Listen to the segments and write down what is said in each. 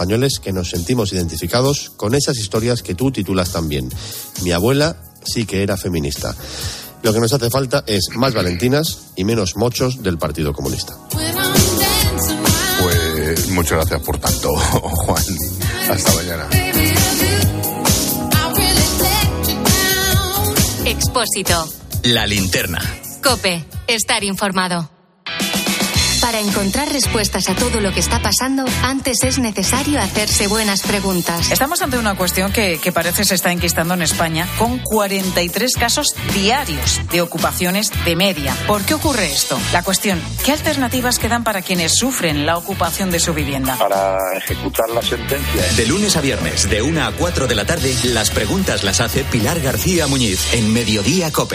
españoles que nos sentimos identificados con esas historias que tú titulas también. Mi abuela sí que era feminista. Lo que nos hace falta es más Valentinas y menos mochos del Partido Comunista. Pues muchas gracias por tanto, Juan. Hasta mañana. Expósito. La linterna. COPE. Estar informado. Para encontrar respuestas a todo lo que está pasando, antes es necesario hacerse buenas preguntas. Estamos ante una cuestión que parece se está enquistando en España, con 43 casos diarios de ocupaciones de media. ¿Por qué ocurre esto? La cuestión, ¿qué alternativas quedan para quienes sufren la ocupación de su vivienda? Para ejecutar la sentencia. De lunes a viernes, de 1 a 4 de la tarde, las preguntas las hace Pilar García Muñiz, en Mediodía COPE.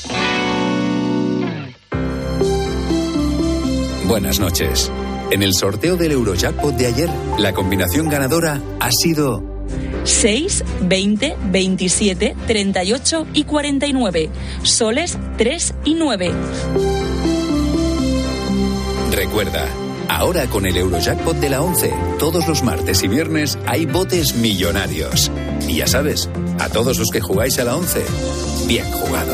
Buenas noches. En el sorteo del Eurojackpot de ayer, la combinación ganadora ha sido 6, 20, 27, 38 y 49. Soles 3 y 9. Recuerda, ahora con el Eurojackpot de la 11, todos los martes y viernes hay botes millonarios. Y ya sabes, a todos los que jugáis a la 11, bien jugado.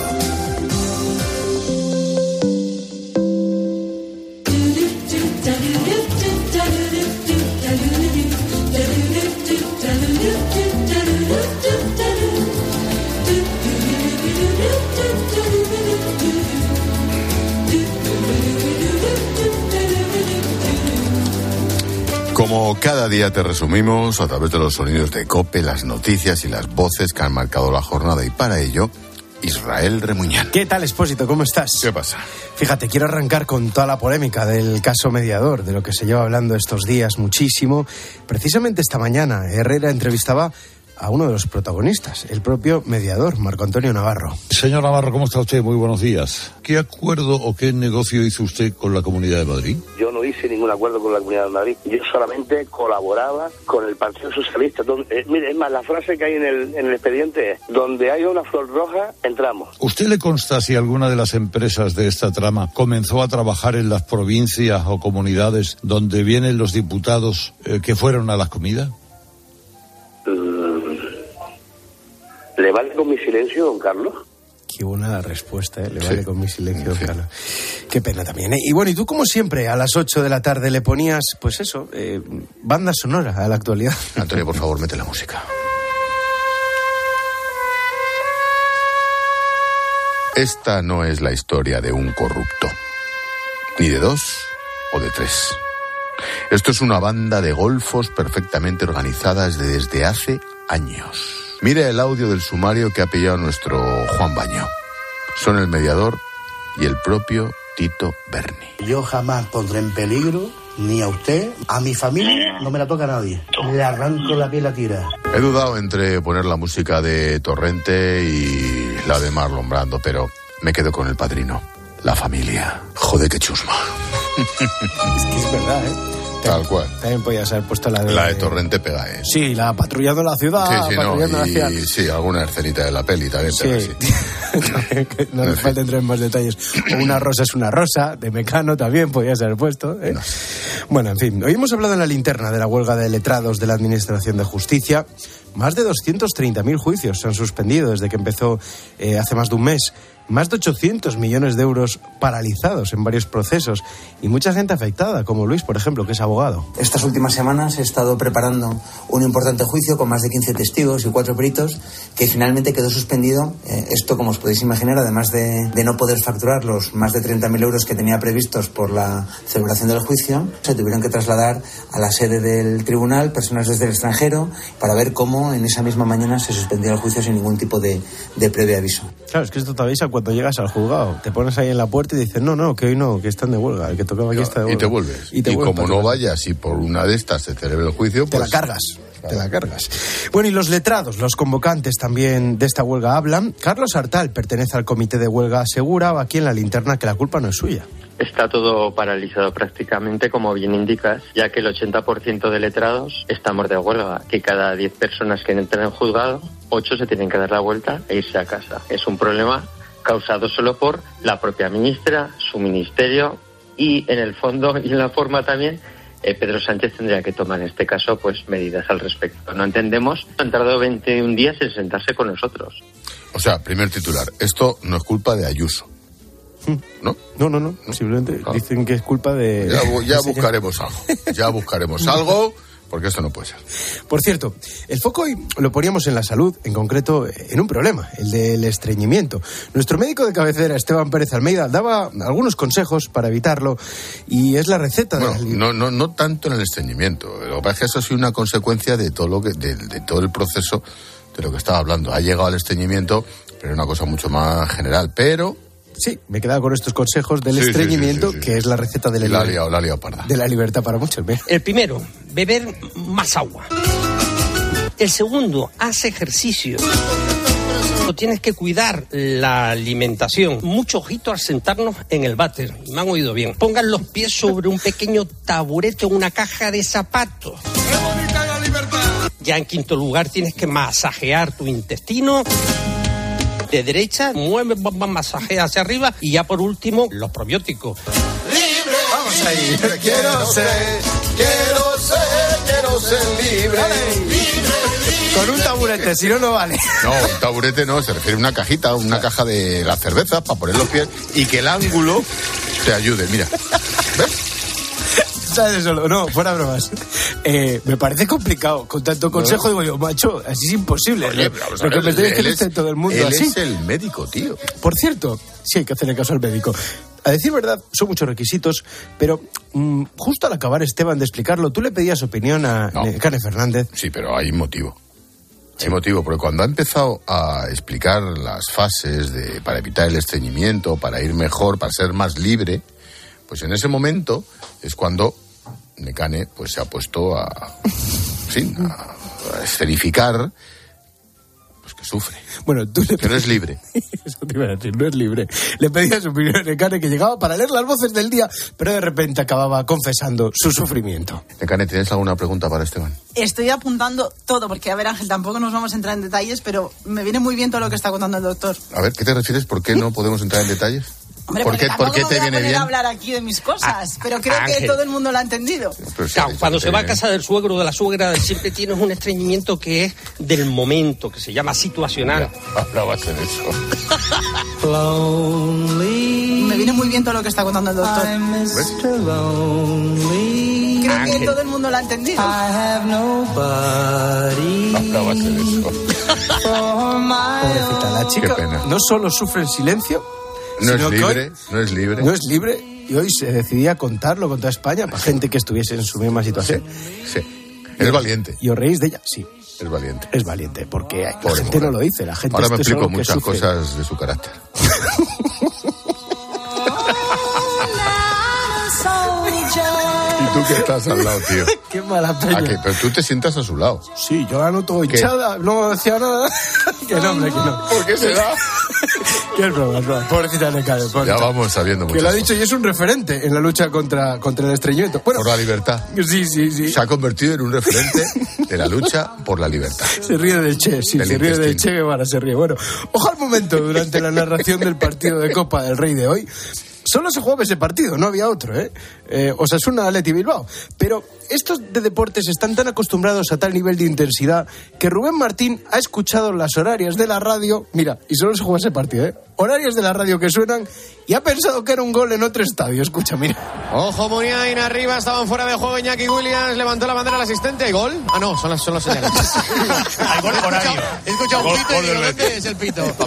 Como cada día te resumimos a través de los sonidos de COPE, las noticias y las voces que han marcado la jornada, y para ello, Israel Remuñán. ¿Qué tal, Expósito? ¿Cómo estás? ¿Qué pasa? Fíjate, quiero arrancar con toda la polémica del caso Mediador, de lo que se lleva hablando estos días muchísimo. Precisamente esta mañana, Herrera entrevistaba a uno de los protagonistas, el propio mediador, Marco Antonio Navarro. Señor Navarro, ¿cómo está usted? Muy buenos días. ¿Qué acuerdo o qué negocio hizo usted con la Comunidad de Madrid? Yo no hice ningún acuerdo con la Comunidad de Madrid. Yo solamente colaboraba con el Partido Socialista. Mire, es más, la frase que hay en el expediente es: donde hay una flor roja, entramos. ¿Usted le consta si alguna de las empresas de esta trama comenzó a trabajar en las provincias o comunidades donde vienen los diputados que fueron a las comidas? ¿Le vale con mi silencio, don Carlos? Qué buena respuesta, ¿eh? Le vale con mi silencio, don Carlos. Qué pena también, ¿eh? Y bueno, y tú como siempre, a las 8 de la tarde le ponías, pues eso, banda sonora a la actualidad. Antonio, por favor, mete la música. Esta no es la historia de un corrupto, ni de 2 o de 3. Esto es una banda de golfos perfectamente organizadas desde hace años. Mira el audio del sumario que ha pillado nuestro Juan Baño. Son el mediador y el propio Tito Berni. Yo jamás pondré en peligro ni a usted, a mi familia, no me la toca a nadie. Le arranco la piel a tira. He dudado entre poner la música de Torrente y la de Marlon Brando, pero me quedo con El Padrino. La familia. Joder, qué chusma. Es que es verdad, ¿eh? Tal cual. También podías haber puesto la de... La de Torrente pega, ¿eh? Sí, la patrullando la ciudad, sí, patrullando la ciudad. Sí, alguna escenita de la peli también pega, sí. No hace falta entrar en más detalles. O Una rosa es una rosa, de Mecano también podías haber puesto, ¿eh? No. Bueno, en fin, hoy hemos hablado en la linterna de la huelga de letrados de la Administración de Justicia. Más de 230.000 juicios se han suspendido desde que empezó hace más de un mes. Más de 800 millones de euros paralizados en varios procesos y mucha gente afectada, como Luis, por ejemplo, que es abogado. Estas últimas semanas he estado preparando un importante juicio con más de 15 testigos y 4 peritos que finalmente quedó suspendido. Esto, como os podéis imaginar, además de no poder facturar los más de 30.000 euros que tenía previstos por la celebración del juicio, se tuvieron que trasladar a la sede del tribunal personas desde el extranjero para ver cómo en esa misma mañana se suspendía el juicio sin ningún tipo de previo aviso. Claro, es que esto te avisa cuando llegas al juzgado. Te pones ahí en la puerta y dices, no, que hoy no, que están de huelga. El que tocaba aquí está de huelga. Y te vuelves. Y como no vayas y por una de estas se celebra el juicio, pues... Te la cargas. Claro. Te la cargas. Bueno, y los letrados, los convocantes también de esta huelga hablan. Carlos Artal pertenece al comité de huelga, asegura aquí en la linterna que la culpa no es suya. Está todo paralizado prácticamente, como bien indicas, ya que el 80% de letrados estamos de huelga, que cada 10 personas que entran en juzgado, 8 se tienen que dar la vuelta e irse a casa. Es un problema causado solo por la propia ministra, su ministerio y, en el fondo y en la forma también, Pedro Sánchez tendría que tomar en este caso pues medidas al respecto. No entendemos, han tardado 21 días en sentarse con nosotros. O sea, primer titular, esto no es culpa de Ayuso, ¿no? No. Simplemente dicen que es culpa de... Ya buscaremos algo, porque esto no puede ser. Por cierto, el foco hoy lo poníamos en la salud, en concreto en un problema, el del estreñimiento. Nuestro médico de cabecera, Esteban Pérez Almeida, daba algunos consejos para evitarlo y es la receta de... No tanto en el estreñimiento. Lo que pasa es que eso ha sido una consecuencia de todo de todo el proceso de lo que estaba hablando. Ha llegado al estreñimiento, pero es una cosa mucho más general. Pero... Sí, me he quedado con estos consejos del estreñimiento, que es la receta de la liado parda. De la libertad para muchos. El primero, beber más agua. El segundo, haz ejercicio. Tienes que cuidar la alimentación. Mucho ojito al sentarnos en el váter. Me han oído bien. Pongan los pies sobre un pequeño taburete o una caja de zapatos. ¡Qué bonita la libertad! Ya en quinto lugar, tienes que masajear tu intestino. De derecha, mueve, masajea hacia arriba. Y ya por último, los probióticos. ¡Libre! Vamos ahí. Quiero ser libre. Con un taburete, si no, no vale. No, un taburete no, se refiere a una cajita, una caja de las cervezas para poner los pies y que el ángulo te ayude. Mira, ¿ves? ¿Sabes eso? No, fuera bromas. Me parece complicado. Con tanto consejo, digo yo, macho, así es imposible. Oye, lo que me tenéis que decir todo el mundo él así. Es el médico, tío. Por cierto, sí hay que hacerle caso al médico. A decir verdad, son muchos requisitos, pero justo al acabar, Esteban, de explicarlo, tú le pedías opinión a Nekane Fernández. Sí, pero hay motivo. Hay motivo, porque cuando ha empezado a explicar las fases para evitar el estreñimiento, para ir mejor, para ser más libre, pues en ese momento es cuando Nekane pues se ha puesto a escenificar pues que sufre. Bueno, tú que no es libre. Eso te iba a decir, no es libre. Le pedías su opinión a Nekane, que llegaba para leer las voces del día, pero de repente acababa confesando su sufrimiento. Nekane, ¿tienes alguna pregunta para Esteban? Estoy apuntando todo, porque, a ver, Ángel, tampoco nos vamos a entrar en detalles, pero me viene muy bien todo lo que está contando el doctor. A ver, ¿qué te refieres? ¿Por qué no podemos entrar en detalles? Hombre, ¿Por qué te viene bien? No voy a hablar aquí de mis cosas, pero creo que todo el mundo lo ha entendido. Pues claro, cuando se va a casa del suegro o de la suegra, siempre tienes un estreñimiento que es del momento, que se llama situacional. Ahora va a ser eso. Me viene muy bien todo lo que está contando el doctor. Creo que todo el mundo lo ha entendido. Ahora va a ser eso. Pobrecita, la chica no solo sufre en silencio, no es libre. No es libre y hoy se decidía contarlo con toda España para gente que estuviese en su misma situación. Sí. Es valiente. ¿Y os reís de ella? Sí. Es valiente. Es valiente, porque la gente no lo dice. La gente ahora me explico muchas cosas de su carácter. Y tú que estás al lado, tío. Qué mala peña. Pero tú te sientas a su lado. Sí, yo la noto hinchada, no decía nada. Que no, hombre, que no. ¿Por qué será? Qué es broma. Pobrecita Nekane. Ya vamos sabiendo mucho. Que lo ha dicho y es un referente en la lucha contra el estreñimiento. Bueno, por la libertad. Sí. Se ha convertido en un referente de la lucha por la libertad. Se ríe del Che, sí, se ríe del Che Guevara, se ríe. Bueno, ojo al momento durante la narración del partido de Copa del Rey de hoy. Solo se jugaba ese partido, no había otro, Osasuna, Athletic Bilbao. Pero estos de deportes están tan acostumbrados a tal nivel de intensidad que Rubén Martín ha escuchado las horarias de la radio, mira, y solo se juega ese partido, horarias de la radio que suenan, y ha pensado que era un gol en otro estadio. Escucha, mira. Ojo, Muniain, arriba, estaban fuera de juego Iñaki Williams, levantó la bandera al asistente, ¿hay gol? Ah, no, son los señales. Hay gol horario. He escuchado un pito y digo, ¿dónde es el pito?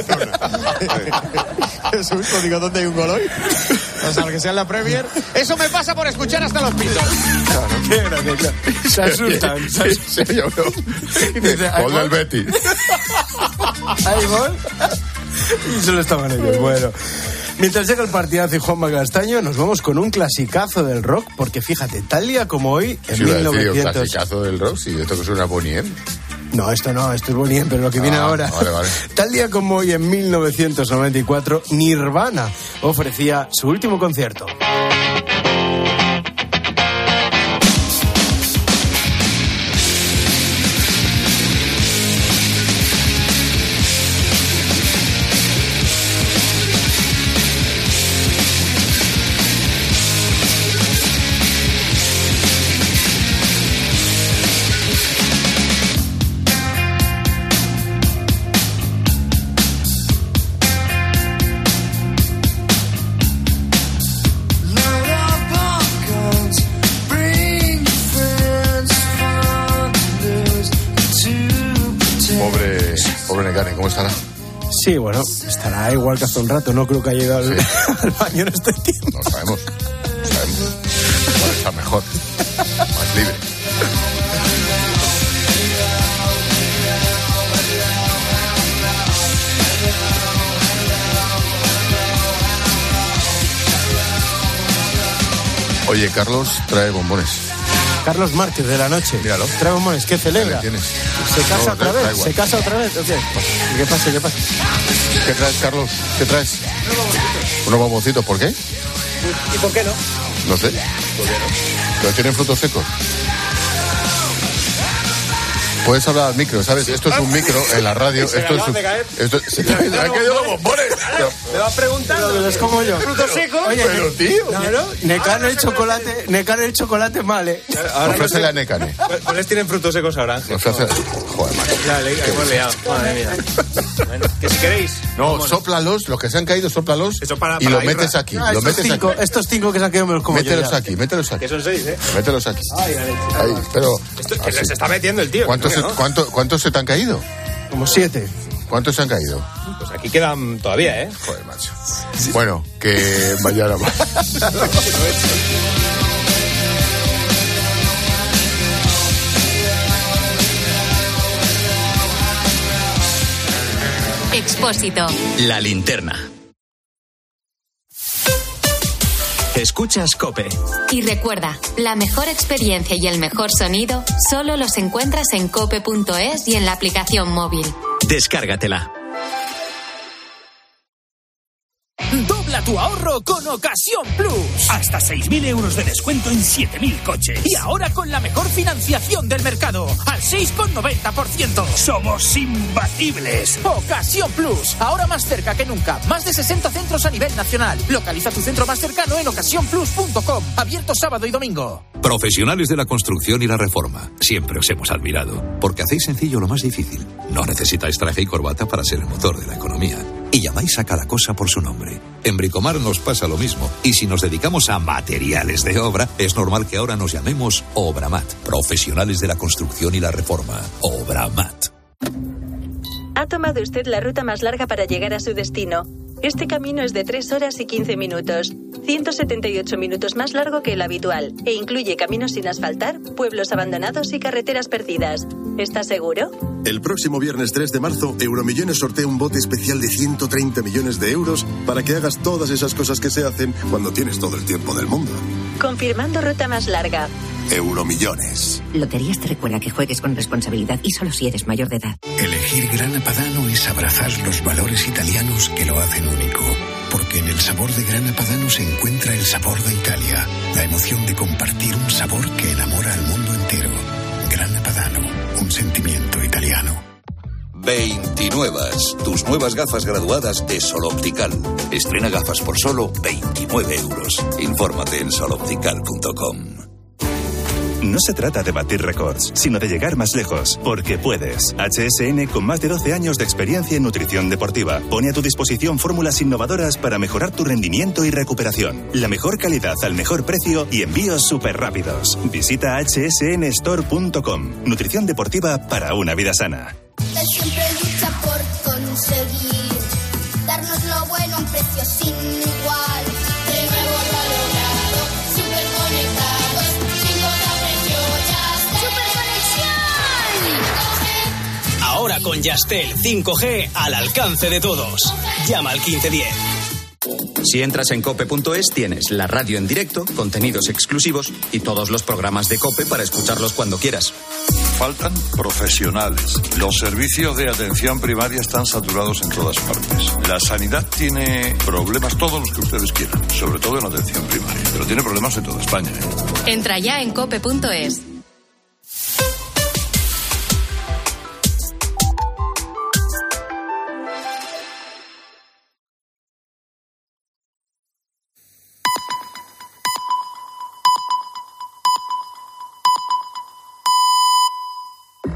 Jesús, digo, ¿dónde hay un gol hoy? O sea, que sea en la Premier. Eso me pasa por escuchar hasta los pitos. Claro, qué grande. Se asustan. Sí, yo no. Gol del Betis. ¿Hay gol? Y solo estaban ellos. Bueno. Mientras llega el partidazo y Juanma Castaño, nos vamos con un clasicazo del rock, porque fíjate, tal día como hoy, en 1900... clasicazo del rock, sí, esto que suena Bonnie M. No, esto es Bonnie M, pero lo que viene ahora. Vale. Tal día como hoy, en 1994, Nirvana ofrecía su último concierto. Pobre Necane, ¿cómo estará? Sí, bueno, estará igual que hace un rato. No creo que haya ido al baño en este tiempo. No sabemos. Igual está mejor. Más libre. Oye, Carlos trae bombones. Carlos Márquez de La Noche. Míralo. Trae bombones. ¿Qué celebra? ¿Tienes? ¿Se casa otra vez? ¿Se casa otra vez? ¿O qué? ¿Qué pasa? ¿Qué pasa? ¿Qué traes, Carlos? ¿Qué traes? Unos bomboncitos. ¿Por qué? ¿Y por qué no? No sé. ¿Pero tienen frutos secos? Puedes hablar al micro, ¿sabes? Esto es un micro en la radio. Se esto acaban de caer. se te han caído los bombones. Me vas preguntando. Es como yo. ¿Frutos secos? Oye, pero tío. Claro, Necane el chocolate mal, ¿eh? Ofrécele a Necane. ¿Cuáles tienen frutos secos ahora, Ángel? Joder, macho. Ya, hemos liado. Madre mía. Bueno, que si queréis. No, sóplalos, los que se han caído, sóplalos y los metes aquí. Los metes aquí. Estos 5 que se han caído me los como mételos yo. Mételos aquí. Que son 6, ¿eh? Mételos aquí. Ay, la leche. Ahí, pero... Esto es que se está metiendo el tío. ¿Cuántos se te han caído? Como 7. ¿Cuántos se han caído? Pues aquí quedan todavía, ¿eh? Joder, macho. Bueno, que mañana más. Expósito. La linterna. Escuchas COPE. Y recuerda, la mejor experiencia y el mejor sonido solo los encuentras en cope.es y en la aplicación móvil. Descárgatela. Dobla tu ahorro con Ocasión Plus. Hasta 6.000 euros de descuento en 7.000 coches. Y ahora con la mejor financiación del mercado, al 6,90%. Somos imbatibles. Ocasión Plus, ahora más cerca que nunca. Más de 60 centros a nivel nacional. Localiza tu centro más cercano en ocasiónplus.com. Abierto sábado y domingo. Profesionales de la construcción y la reforma. Siempre os hemos admirado. Porque hacéis sencillo lo más difícil. No necesitáis traje y corbata para ser el motor de la economía. Y llamáis a cada cosa por su nombre. En Bricomar nos pasa lo mismo. Y si nos dedicamos a materiales de obra, es normal que ahora nos llamemos Obramat. Profesionales de la construcción y la reforma. Obramat. Ha tomado usted la ruta más larga para llegar a su destino. Este camino es de 3 horas y 15 minutos. 178 minutos más largo que el habitual. E incluye caminos sin asfaltar, pueblos abandonados y carreteras perdidas. ¿Está seguro? El próximo viernes 3 de marzo, Euromillones sortea un bote especial de 130 millones de euros para que hagas todas esas cosas que se hacen cuando tienes todo el tiempo del mundo. Confirmando ruta más larga. Euromillones. Loterías te recuerda que juegues con responsabilidad y solo si eres mayor de edad. Elegir Grana Padano es abrazar los valores italianos que lo hacen único. Porque en el sabor de Grana Padano se encuentra el sabor de Italia. La emoción de compartir un sabor que enamora al mundo entero. Grana Padano, un sentimiento italiano. 29. Tus nuevas gafas graduadas de Sol Optical. Estrena gafas por solo 29 euros. Infórmate en soloptical.com. No se trata de batir récords, sino de llegar más lejos, porque puedes. HSN, con más de 12 años de experiencia en nutrición deportiva, pone a tu disposición fórmulas innovadoras para mejorar tu rendimiento y recuperación. La mejor calidad al mejor precio y envíos súper rápidos. Visita hsnstore.com. Nutrición deportiva para una vida sana. Él siempre lucha por conseguir darnos lo bueno a un precio sin igual. De nuevo lo ha logrado, súper conectados, sin precio ya. ¡Super conexión! Ahora con Yastel 5G al alcance de todos. Llama al 1510. Si entras en cope.es tienes la radio en directo, contenidos exclusivos y todos los programas de COPE para escucharlos cuando quieras. Faltan profesionales. Los servicios de atención primaria están saturados en todas partes. La sanidad tiene problemas, todos los que ustedes quieran, sobre todo en atención primaria, pero tiene problemas en toda España. Entra ya en cope.es.